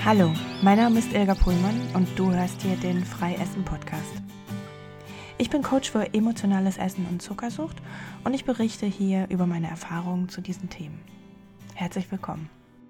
Hallo, mein Name ist Ilga Pullmann und du hörst hier den Freiessen-Podcast. Ich bin Coach für emotionales Essen und Zuckersucht und ich berichte hier über meine Erfahrungen zu diesen Themen. Herzlich willkommen.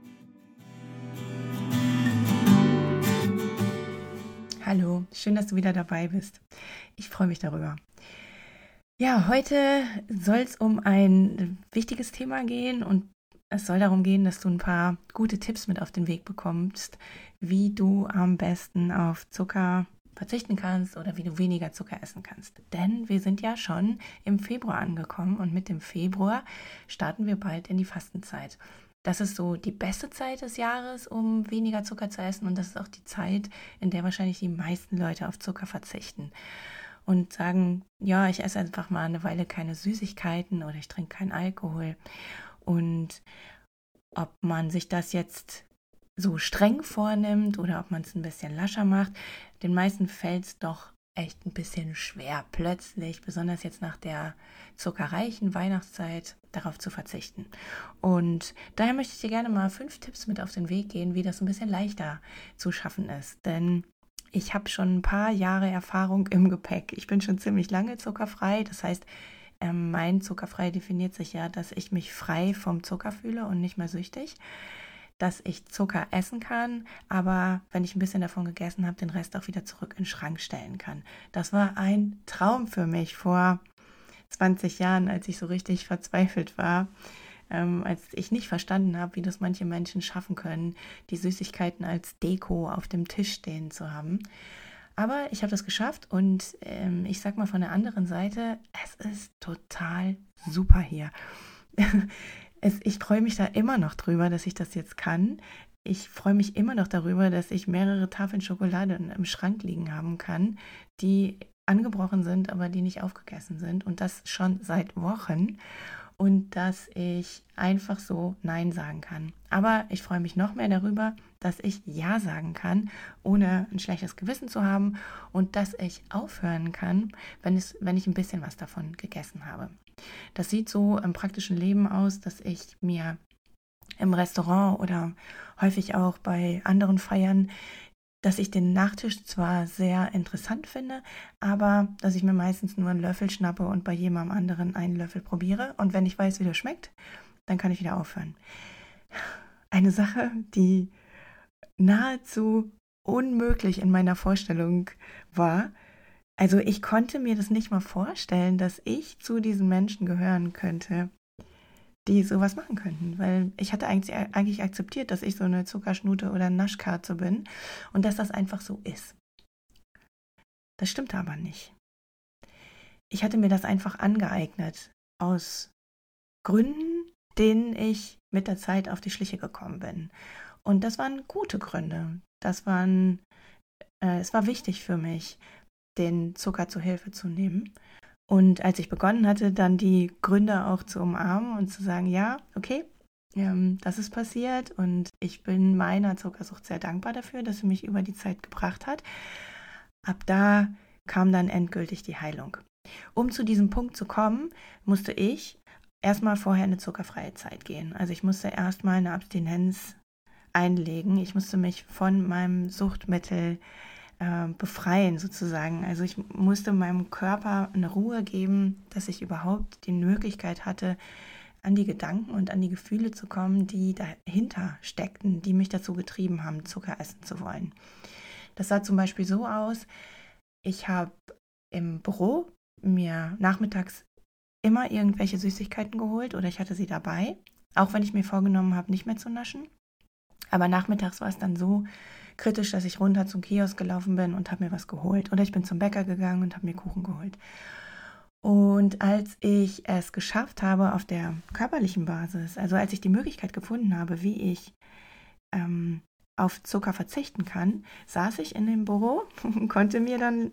Hallo, schön, dass du wieder dabei bist. Ich freue mich darüber. Ja, heute soll es um ein wichtiges Thema gehen und es soll darum gehen, dass du ein paar gute Tipps mit auf den Weg bekommst, wie du am besten auf Zucker verzichten kannst oder wie du weniger Zucker essen kannst. Denn wir sind ja schon im Februar angekommen und mit dem Februar starten wir bald in die Fastenzeit. Das ist so die beste Zeit des Jahres, um weniger Zucker zu essen und das ist auch die Zeit, in der wahrscheinlich die meisten Leute auf Zucker verzichten und sagen, ja, ich esse einfach mal eine Weile keine Süßigkeiten oder ich trinke keinen Alkohol. Und ob man sich das jetzt so streng vornimmt oder ob man es ein bisschen lascher macht, den meisten fällt es doch echt ein bisschen schwer, plötzlich, besonders jetzt nach der zuckerreichen Weihnachtszeit, darauf zu verzichten. Und daher möchte ich dir gerne mal 5 Tipps mit auf den Weg gehen, wie das ein bisschen leichter zu schaffen ist. Denn ich habe schon ein paar Jahre Erfahrung im Gepäck. Ich bin schon ziemlich lange zuckerfrei, das heißt, mein zuckerfrei definiert sich ja, dass ich mich frei vom Zucker fühle und nicht mehr süchtig, dass ich Zucker essen kann, aber wenn ich ein bisschen davon gegessen habe, den Rest auch wieder zurück in den Schrank stellen kann. Das war ein Traum für mich vor 20 Jahren, als ich so richtig verzweifelt war, als ich nicht verstanden habe, wie das manche Menschen schaffen können, die Süßigkeiten als Deko auf dem Tisch stehen zu haben. Aber ich habe das geschafft und ich sag mal von der anderen Seite, es ist total super hier. Ich freue mich da immer noch drüber, dass ich das jetzt kann. Ich freue mich immer noch darüber, dass ich mehrere Tafeln Schokolade im Schrank liegen haben kann, die angebrochen sind, aber die nicht aufgegessen sind. Und das schon seit Wochen. Und dass ich einfach so Nein sagen kann. Aber ich freue mich noch mehr darüber, dass ich Ja sagen kann, ohne ein schlechtes Gewissen zu haben und dass ich aufhören kann, wenn ich ein bisschen was davon gegessen habe. Das sieht so im praktischen Leben aus, dass ich mir im Restaurant oder häufig auch bei anderen Feiern, dass ich den Nachtisch zwar sehr interessant finde, aber dass ich mir meistens nur einen Löffel schnappe und bei jemandem anderen einen Löffel probiere. Und wenn ich weiß, wie der schmeckt, dann kann ich wieder aufhören. Eine Sache, die nahezu unmöglich in meiner Vorstellung war. Also ich konnte mir das nicht mal vorstellen, dass ich zu diesen Menschen gehören könnte, die sowas machen könnten, weil ich hatte eigentlich akzeptiert, dass ich so eine Zuckerschnute oder Naschkatze bin und dass das einfach so ist. Das stimmte aber nicht. Ich hatte mir das einfach angeeignet, aus Gründen, denen ich mit der Zeit auf die Schliche gekommen bin. Und das waren gute Gründe. Es war wichtig für mich, den Zucker zur Hilfe zu nehmen. Und als ich begonnen hatte, dann die Gründe auch zu umarmen und zu sagen, ja, okay, das ist passiert und ich bin meiner Zuckersucht sehr dankbar dafür, dass sie mich über die Zeit gebracht hat. Ab da kam dann endgültig die Heilung. Um zu diesem Punkt zu kommen, musste ich erstmal vorher eine zuckerfreie Zeit gehen. Also ich musste erstmal eine Abstinenz einlegen. Ich musste mich von meinem Suchtmittel befreien sozusagen. Also ich musste meinem Körper eine Ruhe geben, dass ich überhaupt die Möglichkeit hatte, an die Gedanken und an die Gefühle zu kommen, die dahinter steckten, die mich dazu getrieben haben, Zucker essen zu wollen. Das sah zum Beispiel so aus, ich habe im Büro mir nachmittags immer irgendwelche Süßigkeiten geholt oder ich hatte sie dabei, auch wenn ich mir vorgenommen habe, nicht mehr zu naschen. Aber nachmittags war es dann so kritisch, dass ich runter zum Kiosk gelaufen bin und habe mir was geholt. Oder ich bin zum Bäcker gegangen und habe mir Kuchen geholt. Und als ich es geschafft habe auf der körperlichen Basis, also als ich die Möglichkeit gefunden habe, wie ich auf Zucker verzichten kann, saß ich in dem Büro und konnte mir dann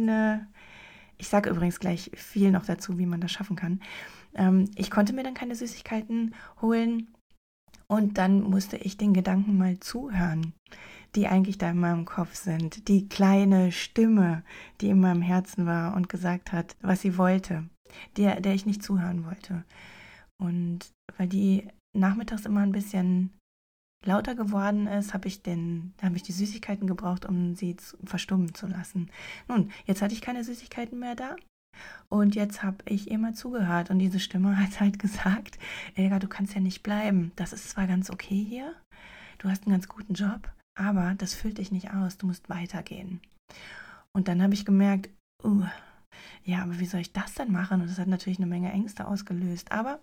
ich sage übrigens gleich viel noch dazu, wie man das schaffen kann, ich konnte mir dann keine Süßigkeiten holen und dann musste ich den Gedanken mal zuhören, die eigentlich da in meinem Kopf sind. Die kleine Stimme, die in meinem Herzen war und gesagt hat, was sie wollte, der ich nicht zuhören wollte. Und weil die nachmittags immer ein bisschen lauter geworden ist, habe ich die Süßigkeiten gebraucht, um sie verstummen zu lassen. Nun, jetzt hatte ich keine Süßigkeiten mehr da. Und jetzt habe ich ihr mal zugehört und diese Stimme hat halt gesagt, Elga, du kannst ja nicht bleiben. Das ist zwar ganz okay hier, du hast einen ganz guten Job, aber das füllt dich nicht aus, du musst weitergehen. Und dann habe ich gemerkt, ja, aber wie soll ich das denn machen? Und das hat natürlich eine Menge Ängste ausgelöst. Aber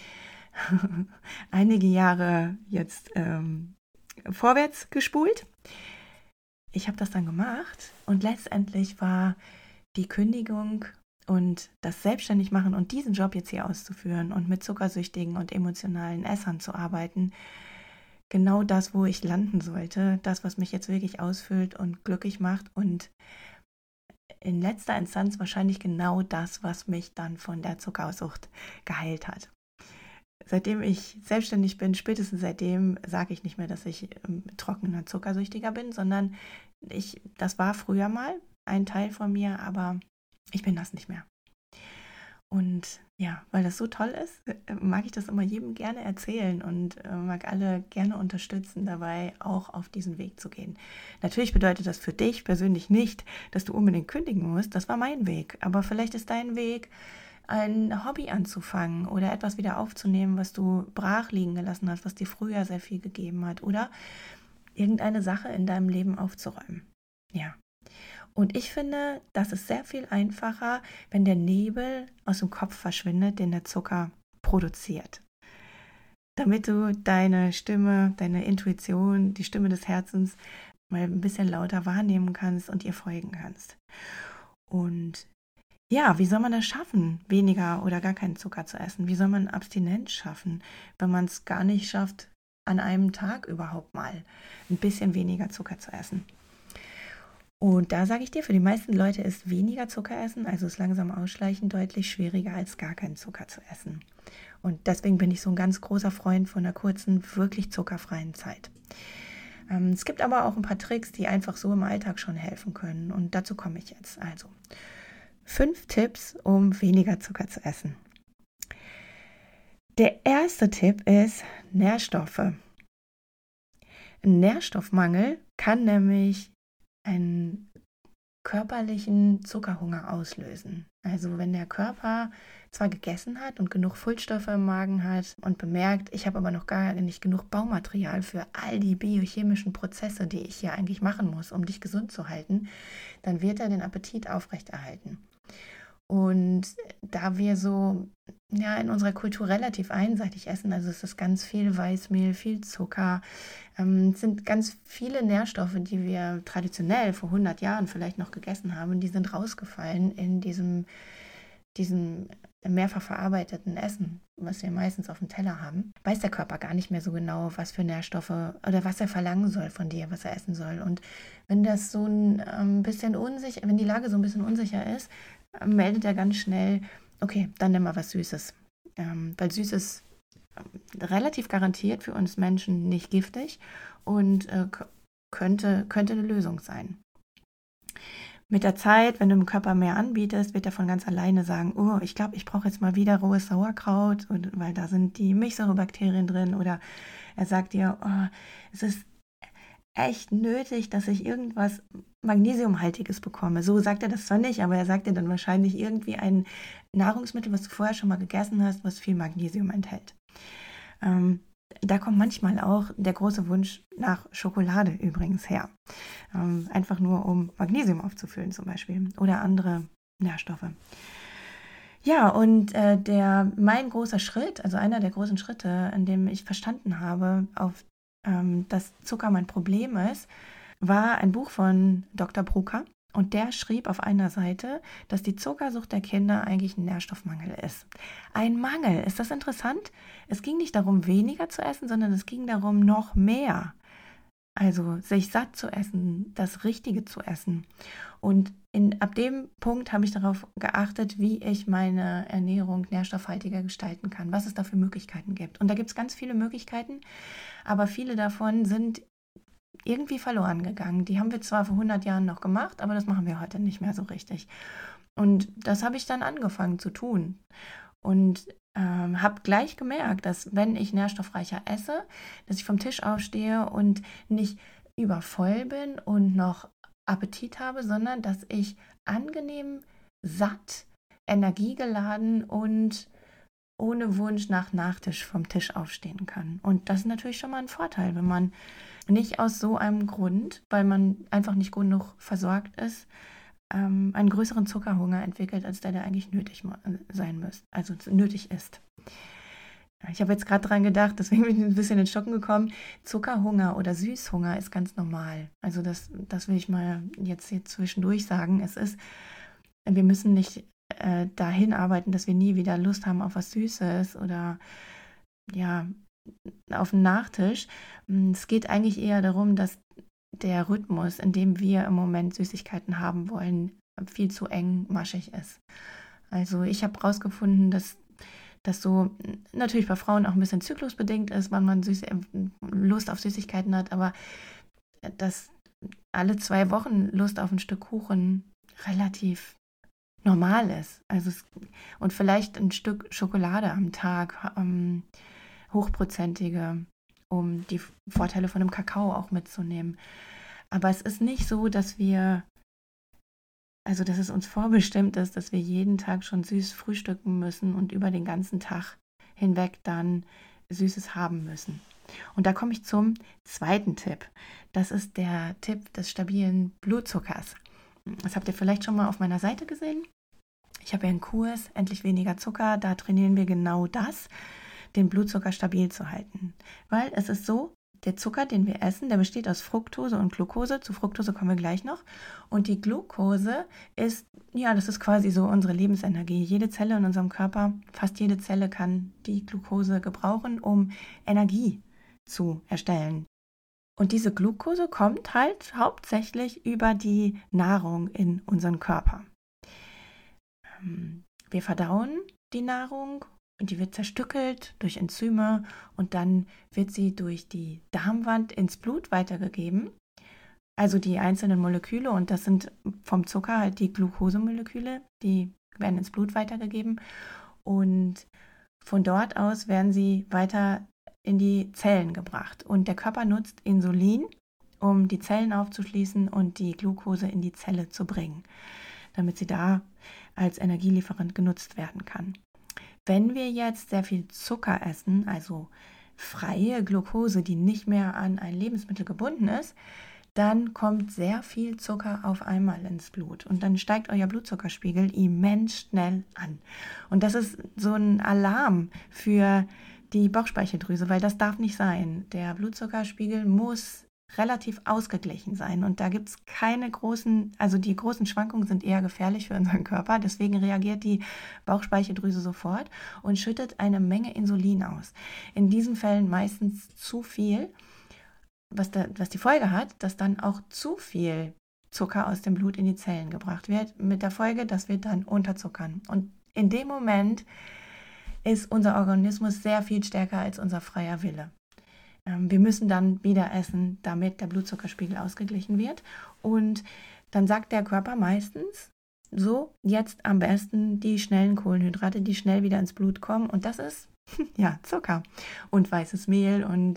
einige Jahre jetzt vorwärts gespult. Ich habe das dann gemacht und letztendlich war die Kündigung und das Selbstständigmachen und diesen Job jetzt hier auszuführen und mit zuckersüchtigen und emotionalen Essern zu arbeiten, genau das, wo ich landen sollte, das, was mich jetzt wirklich ausfüllt und glücklich macht und in letzter Instanz wahrscheinlich genau das, was mich dann von der Zuckersucht geheilt hat. Seitdem ich selbstständig bin, spätestens seitdem sage ich nicht mehr, dass ich trockener Zuckersüchtiger bin, sondern das war früher mal ein Teil von mir, aber ich bin das nicht mehr. Und ja, weil das so toll ist, mag ich das immer jedem gerne erzählen und mag alle gerne unterstützen, dabei auch auf diesen Weg zu gehen. Natürlich bedeutet das für dich persönlich nicht, dass du unbedingt kündigen musst. Das war mein Weg. Aber vielleicht ist dein Weg, ein Hobby anzufangen oder etwas wieder aufzunehmen, was du brach liegen gelassen hast, was dir früher sehr viel gegeben hat. Oder irgendeine Sache in deinem Leben aufzuräumen. Ja. Und ich finde, das ist sehr viel einfacher, wenn der Nebel aus dem Kopf verschwindet, den der Zucker produziert. Damit du deine Stimme, deine Intuition, die Stimme des Herzens mal ein bisschen lauter wahrnehmen kannst und ihr folgen kannst. Und ja, wie soll man das schaffen, weniger oder gar keinen Zucker zu essen? Wie soll man Abstinenz schaffen, wenn man es gar nicht schafft, an einem Tag überhaupt mal ein bisschen weniger Zucker zu essen? Und da sage ich dir, für die meisten Leute ist weniger Zucker essen, also das langsam Ausschleichen, deutlich schwieriger als gar keinen Zucker zu essen. Und deswegen bin ich so ein ganz großer Freund von einer kurzen, wirklich zuckerfreien Zeit. Es gibt aber auch ein paar Tricks, die einfach so im Alltag schon helfen können. Und dazu komme ich jetzt. Also 5 Tipps, um weniger Zucker zu essen. Der erste Tipp ist Nährstoffe. Ein Nährstoffmangel kann nämlich einen körperlichen Zuckerhunger auslösen. Also wenn der Körper zwar gegessen hat und genug Füllstoffe im Magen hat und bemerkt, ich habe aber noch gar nicht genug Baumaterial für all die biochemischen Prozesse, die ich hier eigentlich machen muss, um dich gesund zu halten, dann wird er den Appetit aufrechterhalten. Und da wir so in unserer Kultur relativ einseitig essen, also es ist ganz viel Weißmehl, viel Zucker, es sind ganz viele Nährstoffe, die wir traditionell vor 100 Jahren vielleicht noch gegessen haben, die sind rausgefallen in diesem mehrfach verarbeiteten Essen, was wir meistens auf dem Teller haben, weiß der Körper gar nicht mehr so genau, was für Nährstoffe oder was er verlangen soll von dir, was er essen soll. Und wenn das so ein bisschen unsicher, wenn die Lage so ein bisschen unsicher ist, meldet er ganz schnell, okay, dann nimm mal was Süßes. Weil Süß ist relativ garantiert für uns Menschen nicht giftig und könnte eine Lösung sein. Mit der Zeit, wenn du dem Körper mehr anbietest, wird er von ganz alleine sagen, oh, ich glaube, ich brauche jetzt mal wieder rohes Sauerkraut, weil da sind die Milchsäurebakterien drin. Oder er sagt dir, oh, es ist echt nötig, dass ich irgendwas Magnesiumhaltiges bekomme. So sagt er das zwar nicht, aber er sagt dir dann wahrscheinlich irgendwie ein Nahrungsmittel, was du vorher schon mal gegessen hast, was viel Magnesium enthält. Da kommt manchmal auch der große Wunsch nach Schokolade übrigens her. Einfach nur, um Magnesium aufzufüllen zum Beispiel oder andere Nährstoffe. Ja, und mein großer Schritt, also einer der großen Schritte, an dem ich verstanden habe, dass Zucker mein Problem ist, war ein Buch von Dr. Brucker. Und der schrieb auf einer Seite, dass die Zuckersucht der Kinder eigentlich ein Nährstoffmangel ist. Ein Mangel, ist das interessant? Es ging nicht darum, weniger zu essen, sondern es ging darum, noch mehr. Also sich satt zu essen, das Richtige zu essen. Und ab dem Punkt habe ich darauf geachtet, wie ich meine Ernährung nährstoffhaltiger gestalten kann, was es da für Möglichkeiten gibt. Und da gibt es ganz viele Möglichkeiten, aber viele davon sind irgendwie verloren gegangen. Die haben wir zwar vor 100 Jahren noch gemacht, aber das machen wir heute nicht mehr so richtig. Und das habe ich dann angefangen zu tun. Und habe gleich gemerkt, dass wenn ich nährstoffreicher esse, dass ich vom Tisch aufstehe und nicht übervoll bin und noch Appetit habe, sondern dass ich angenehm satt, energiegeladen und ohne Wunsch nach Nachtisch vom Tisch aufstehen kann. Und das ist natürlich schon mal ein Vorteil, wenn man nicht aus so einem Grund, weil man einfach nicht gut genug versorgt ist, einen größeren Zuckerhunger entwickelt, als der eigentlich nötig sein müsste, also nötig ist. Ich habe jetzt gerade dran gedacht, deswegen bin ich ein bisschen in Stocken gekommen. Zuckerhunger oder Süßhunger ist ganz normal. Also das will ich mal jetzt hier zwischendurch sagen. Wir müssen nicht dahin arbeiten, dass wir nie wieder Lust haben auf was Süßes oder ja, auf einen Nachtisch. Es geht eigentlich eher darum, dass der Rhythmus, in dem wir im Moment Süßigkeiten haben wollen, viel zu engmaschig ist. Also ich habe herausgefunden, dass das so natürlich bei Frauen auch ein bisschen zyklusbedingt ist, wann man Lust auf Süßigkeiten hat, aber dass alle 2 Wochen Lust auf ein Stück Kuchen relativ normal ist. Und vielleicht ein Stück Schokolade am Tag, hochprozentige, um die Vorteile von einem Kakao auch mitzunehmen. Aber es ist nicht so, dass es uns vorbestimmt ist, dass wir jeden Tag schon süß frühstücken müssen und über den ganzen Tag hinweg dann Süßes haben müssen. Und da komme ich zum zweiten Tipp. Das ist der Tipp des stabilen Blutzuckers. Das habt ihr vielleicht schon mal auf meiner Seite gesehen. Ich habe ja einen Kurs, Endlich weniger Zucker. Da trainieren wir genau das, den Blutzucker stabil zu halten. Weil es ist so, der Zucker, den wir essen, der besteht aus Fructose und Glucose. Zu Fructose kommen wir gleich noch. Und die Glucose das ist quasi so unsere Lebensenergie. Jede Zelle in unserem Körper, fast jede Zelle kann die Glucose gebrauchen, um Energie zu erstellen. Und diese Glucose kommt halt hauptsächlich über die Nahrung in unseren Körper. Wir verdauen die Nahrung und die wird zerstückelt durch Enzyme und dann wird sie durch die Darmwand ins Blut weitergegeben. Also die einzelnen Moleküle, und das sind vom Zucker halt die Glukosemoleküle, die werden ins Blut weitergegeben und von dort aus werden sie weiter in die Zellen gebracht. Und der Körper nutzt Insulin, um die Zellen aufzuschließen und die Glucose in die Zelle zu bringen, damit sie da als Energielieferant genutzt werden kann. Wenn wir jetzt sehr viel Zucker essen, also freie Glucose, die nicht mehr an ein Lebensmittel gebunden ist, dann kommt sehr viel Zucker auf einmal ins Blut und dann steigt euer Blutzuckerspiegel immens schnell an. Und das ist so ein Alarm für die Bauchspeicheldrüse, weil das darf nicht sein. Der Blutzuckerspiegel muss relativ ausgeglichen sein und da gibt es keine großen, also die großen Schwankungen sind eher gefährlich für unseren Körper, deswegen reagiert die Bauchspeicheldrüse sofort und schüttet eine Menge Insulin aus. In diesen Fällen meistens zu viel, was die Folge hat, dass dann auch zu viel Zucker aus dem Blut in die Zellen gebracht wird, mit der Folge, dass wir dann unterzuckern. Und in dem Moment ist unser Organismus sehr viel stärker als unser freier Wille. Wir müssen dann wieder essen, damit der Blutzuckerspiegel ausgeglichen wird. Und dann sagt der Körper meistens, so, jetzt am besten die schnellen Kohlenhydrate, die schnell wieder ins Blut kommen. Und das ist, Zucker und weißes Mehl und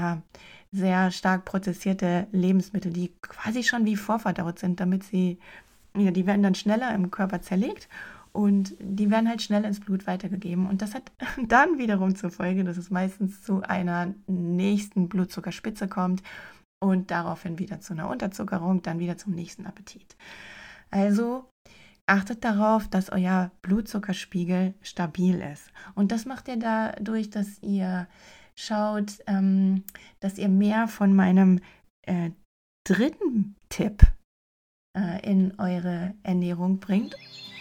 sehr stark prozessierte Lebensmittel, die quasi schon wie vorverdaut sind, die werden dann schneller im Körper zerlegt. Und die werden halt schnell ins Blut weitergegeben. Und das hat dann wiederum zur Folge, dass es meistens zu einer nächsten Blutzuckerspitze kommt und daraufhin wieder zu einer Unterzuckerung, dann wieder zum nächsten Appetit. Also achtet darauf, dass euer Blutzuckerspiegel stabil ist. Und das macht ihr dadurch, dass ihr schaut, dass ihr mehr von meinem dritten Tipp in eure Ernährung bringt.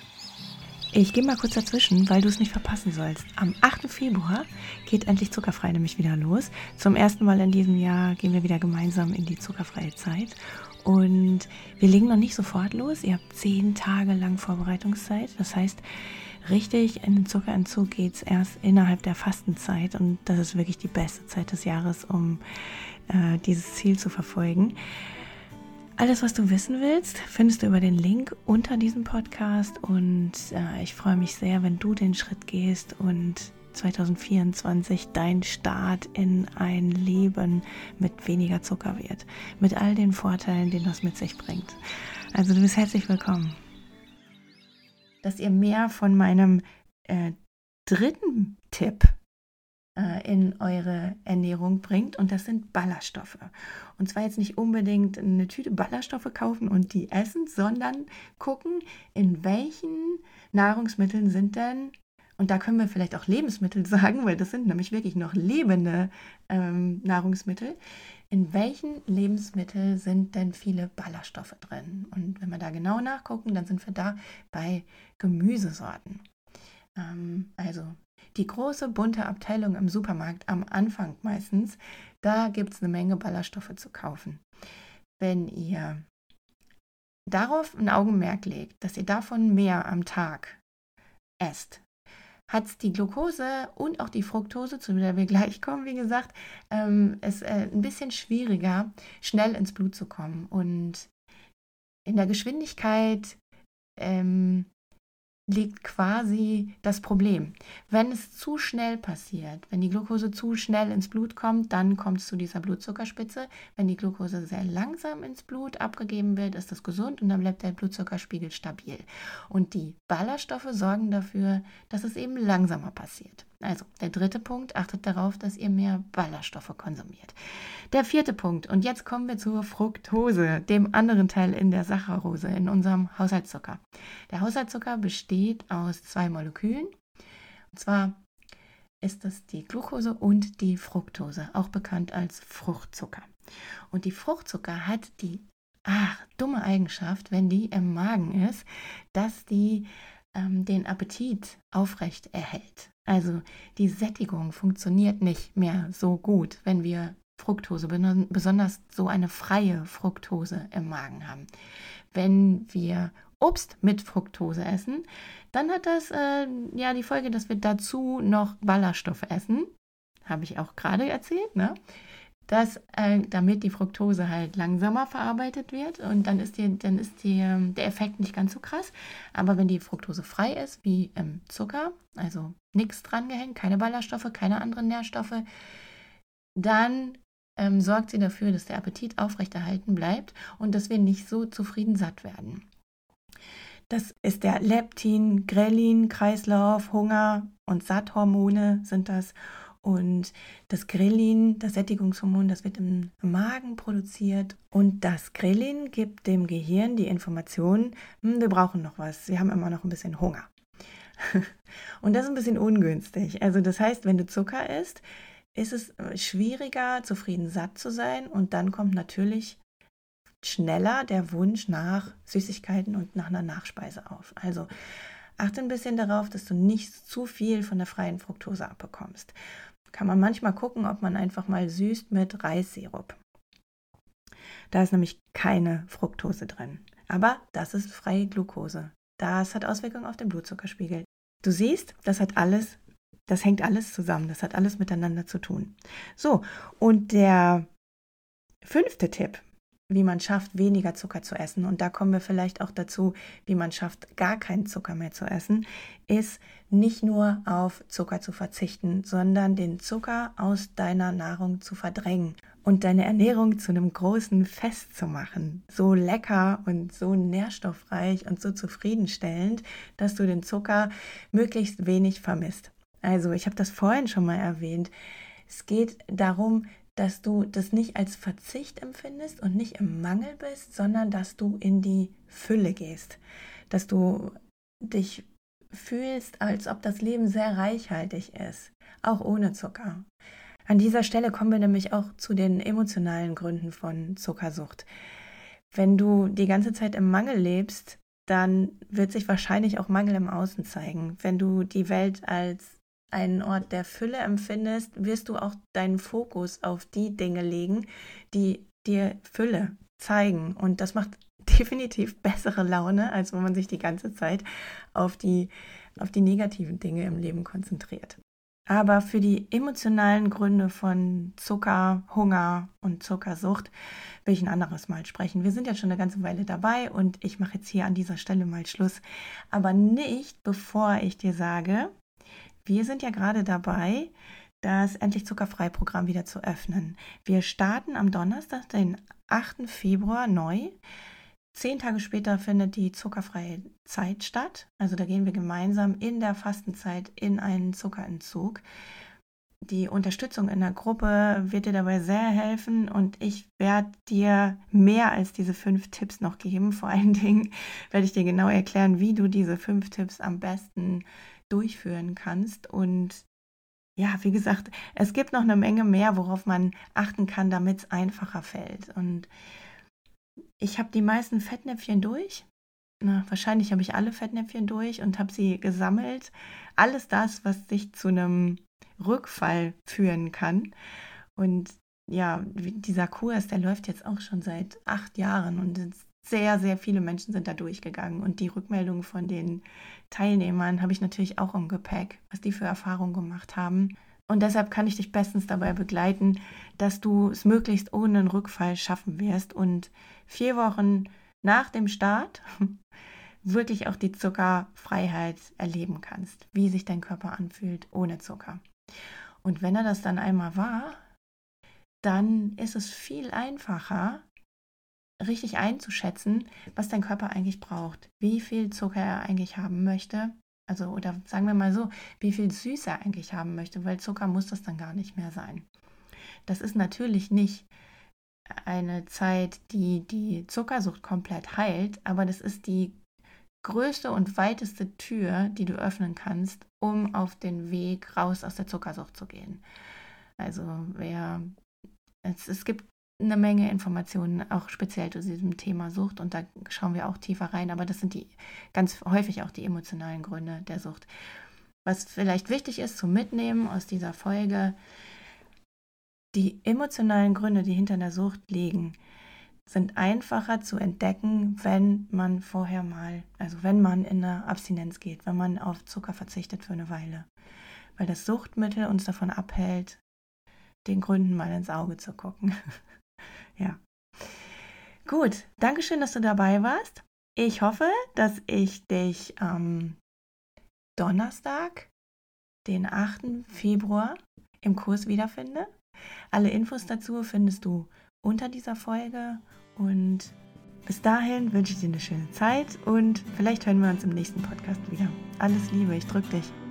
Ich gehe mal kurz dazwischen, weil du es nicht verpassen sollst. Am 8. Februar geht endlich Zuckerfrei nämlich wieder los. Zum ersten Mal in diesem Jahr gehen wir wieder gemeinsam in die zuckerfreie Zeit. Und wir legen noch nicht sofort los. Ihr habt 10 Tage lang Vorbereitungszeit. Das heißt, richtig in den Zuckerentzug geht es erst innerhalb der Fastenzeit. Und das ist wirklich die beste Zeit des Jahres, um dieses Ziel zu verfolgen. Alles, was du wissen willst, findest du über den Link unter diesem Podcast und ich freue mich sehr, wenn du den Schritt gehst und 2024 dein Start in ein Leben mit weniger Zucker wird, mit all den Vorteilen, die das mit sich bringt. Also du bist herzlich willkommen. Dass ihr mehr von meinem dritten Tipp in eure Ernährung bringt, und das sind Ballaststoffe. Und zwar jetzt nicht unbedingt eine Tüte Ballaststoffe kaufen und die essen, sondern gucken, in welchen Nahrungsmitteln sind denn, und da können wir vielleicht auch Lebensmittel sagen, weil das sind nämlich wirklich noch lebende Nahrungsmittel, in welchen Lebensmitteln sind denn viele Ballaststoffe drin? Und wenn wir da genau nachgucken, dann sind wir da bei Gemüsesorten. Also die große bunte Abteilung im Supermarkt am Anfang meistens, da gibt es eine Menge Ballaststoffe zu kaufen. Wenn ihr darauf ein Augenmerk legt, dass ihr davon mehr am Tag esst, hat es die Glucose und auch die Fructose, zu der wir gleich kommen, wie gesagt, ist ein bisschen schwieriger, schnell ins Blut zu kommen. Und in der Geschwindigkeit liegt quasi das Problem. Wenn es zu schnell passiert, wenn die Glucose zu schnell ins Blut kommt, dann kommt es zu dieser Blutzuckerspitze. Wenn die Glucose sehr langsam ins Blut abgegeben wird, ist das gesund und dann bleibt der Blutzuckerspiegel stabil. Und die Ballaststoffe sorgen dafür, dass es eben langsamer passiert. Also der dritte Punkt, achtet darauf, dass ihr mehr Ballaststoffe konsumiert. Der vierte Punkt, und jetzt kommen wir zur Fructose, dem anderen Teil in der Saccharose, in unserem Haushaltszucker. Der Haushaltszucker besteht aus 2 Molekülen, und zwar ist das die Glucose und die Fructose, auch bekannt als Fruchtzucker. Und die Fruchtzucker hat die dumme Eigenschaft, wenn die im Magen ist, dass die den Appetit aufrecht erhält. Also die Sättigung funktioniert nicht mehr so gut, wenn wir Fructose, besonders so eine freie Fructose im Magen haben. Wenn wir Obst mit Fructose essen, dann hat das die Folge, dass wir dazu noch Ballaststoffe essen. Habe ich auch gerade erzählt, ne? Damit die Fructose halt langsamer verarbeitet wird und dann ist der Effekt nicht ganz so krass. Aber wenn die Fructose frei ist, wie im Zucker, also nichts dran gehängt, keine Ballaststoffe, keine anderen Nährstoffe, dann sorgt sie dafür, dass der Appetit aufrechterhalten bleibt und dass wir nicht so zufrieden satt werden. Das ist der Leptin, Grelin, Kreislauf, Hunger und Satthormone sind das. Und das Grelin, das Sättigungshormon, das wird im Magen produziert. Und das Grelin gibt dem Gehirn die Information, wir brauchen noch was, wir haben immer noch ein bisschen Hunger. Und das ist ein bisschen ungünstig. Also das heißt, wenn du Zucker isst, ist es schwieriger, zufrieden satt zu sein. Und dann kommt natürlich schneller der Wunsch nach Süßigkeiten und nach einer Nachspeise auf. Also achte ein bisschen darauf, dass du nicht zu viel von der freien Fructose abbekommst. Kann man manchmal gucken, ob man einfach mal süßt mit Reissirup. Da ist nämlich keine Fructose drin. Aber das ist freie Glucose. Das hat Auswirkungen auf den Blutzuckerspiegel. Du siehst, das hängt alles zusammen. Das hat alles miteinander zu tun. So, und der 5. Tipp, wie man schafft, weniger Zucker zu essen, und da kommen wir vielleicht auch dazu, wie man schafft, gar keinen Zucker mehr zu essen, ist nicht nur auf Zucker zu verzichten, sondern den Zucker aus deiner Nahrung zu verdrängen und deine Ernährung zu einem großen Fest zu machen. So lecker und so nährstoffreich und so zufriedenstellend, dass du den Zucker möglichst wenig vermisst. Also, ich habe das vorhin schon mal erwähnt. Es geht darum, dass du das nicht als Verzicht empfindest und nicht im Mangel bist, sondern dass du in die Fülle gehst. Dass du dich fühlst, als ob das Leben sehr reichhaltig ist, auch ohne Zucker. An dieser Stelle kommen wir nämlich auch zu den emotionalen Gründen von Zuckersucht. Wenn du die ganze Zeit im Mangel lebst, dann wird sich wahrscheinlich auch Mangel im Außen zeigen. Wenn du die Welt als einen Ort der Fülle empfindest, wirst du auch deinen Fokus auf die Dinge legen, die dir Fülle zeigen. Und das macht definitiv bessere Laune, als wenn man sich die ganze Zeit auf die negativen Dinge im Leben konzentriert. Aber für die emotionalen Gründe von Zucker, Hunger und Zuckersucht will ich ein anderes Mal sprechen. Wir sind ja schon eine ganze Weile dabei und ich mache jetzt hier an dieser Stelle mal Schluss. Aber nicht, bevor ich dir sage, wir sind ja gerade dabei, das Endlich Zuckerfrei-Programm wieder zu öffnen. Wir starten am Donnerstag, den 8. Februar neu. 10 Tage später findet die zuckerfreie Zeit statt. Also da gehen wir gemeinsam in der Fastenzeit in einen Zuckerentzug. Die Unterstützung in der Gruppe wird dir dabei sehr helfen und ich werde dir mehr als diese 5 Tipps noch geben. Vor allen Dingen werde ich dir genau erklären, wie du diese 5 Tipps am besten durchführen kannst. Und ja, wie gesagt, es gibt noch eine Menge mehr, worauf man achten kann, damit es einfacher fällt. Und ich habe die meisten Fettnäpfchen durch. Wahrscheinlich habe ich alle Fettnäpfchen durch und habe sie gesammelt. Alles das, was dich zu einem Rückfall führen kann. Und ja, dieser Kurs, der läuft jetzt auch schon seit 8 Jahren und sehr, sehr viele Menschen sind da durchgegangen. Und die Rückmeldungen von den Teilnehmern habe ich natürlich auch im Gepäck, was die für Erfahrungen gemacht haben. Und deshalb kann ich dich bestens dabei begleiten, dass du es möglichst ohne einen Rückfall schaffen wirst und 4 Wochen nach dem Start wirklich auch die Zuckerfreiheit erleben kannst, wie sich dein Körper anfühlt ohne Zucker. Und wenn er das dann einmal war, dann ist es viel einfacher, richtig einzuschätzen, was dein Körper eigentlich braucht, wie viel Zucker er eigentlich haben möchte. Also, oder sagen wir mal so, wie viel Süße er eigentlich haben möchte, weil Zucker muss das dann gar nicht mehr sein. Das ist natürlich nicht eine Zeit, die die Zuckersucht komplett heilt, aber das ist die größte und weiteste Tür, die du öffnen kannst, um auf den Weg raus aus der Zuckersucht zu gehen. Also es gibt eine Menge Informationen, auch speziell zu diesem Thema Sucht und da schauen wir auch tiefer rein, aber das sind die ganz häufig auch die emotionalen Gründe der Sucht. Was vielleicht wichtig ist zu mitnehmen aus dieser Folge, die emotionalen Gründe, die hinter der Sucht liegen, sind einfacher zu entdecken, wenn man vorher mal, also wenn man in eine Abstinenz geht, wenn man auf Zucker verzichtet für eine Weile. Weil das Suchtmittel uns davon abhält, den Gründen mal ins Auge zu gucken. Ja. Gut, danke schön, dass du dabei warst. Ich hoffe, dass ich dich am Donnerstag, den 8. Februar, im Kurs wiederfinde. Alle Infos dazu findest du unter dieser Folge und bis dahin wünsche ich dir eine schöne Zeit und vielleicht hören wir uns im nächsten Podcast wieder. Alles Liebe, ich drücke dich.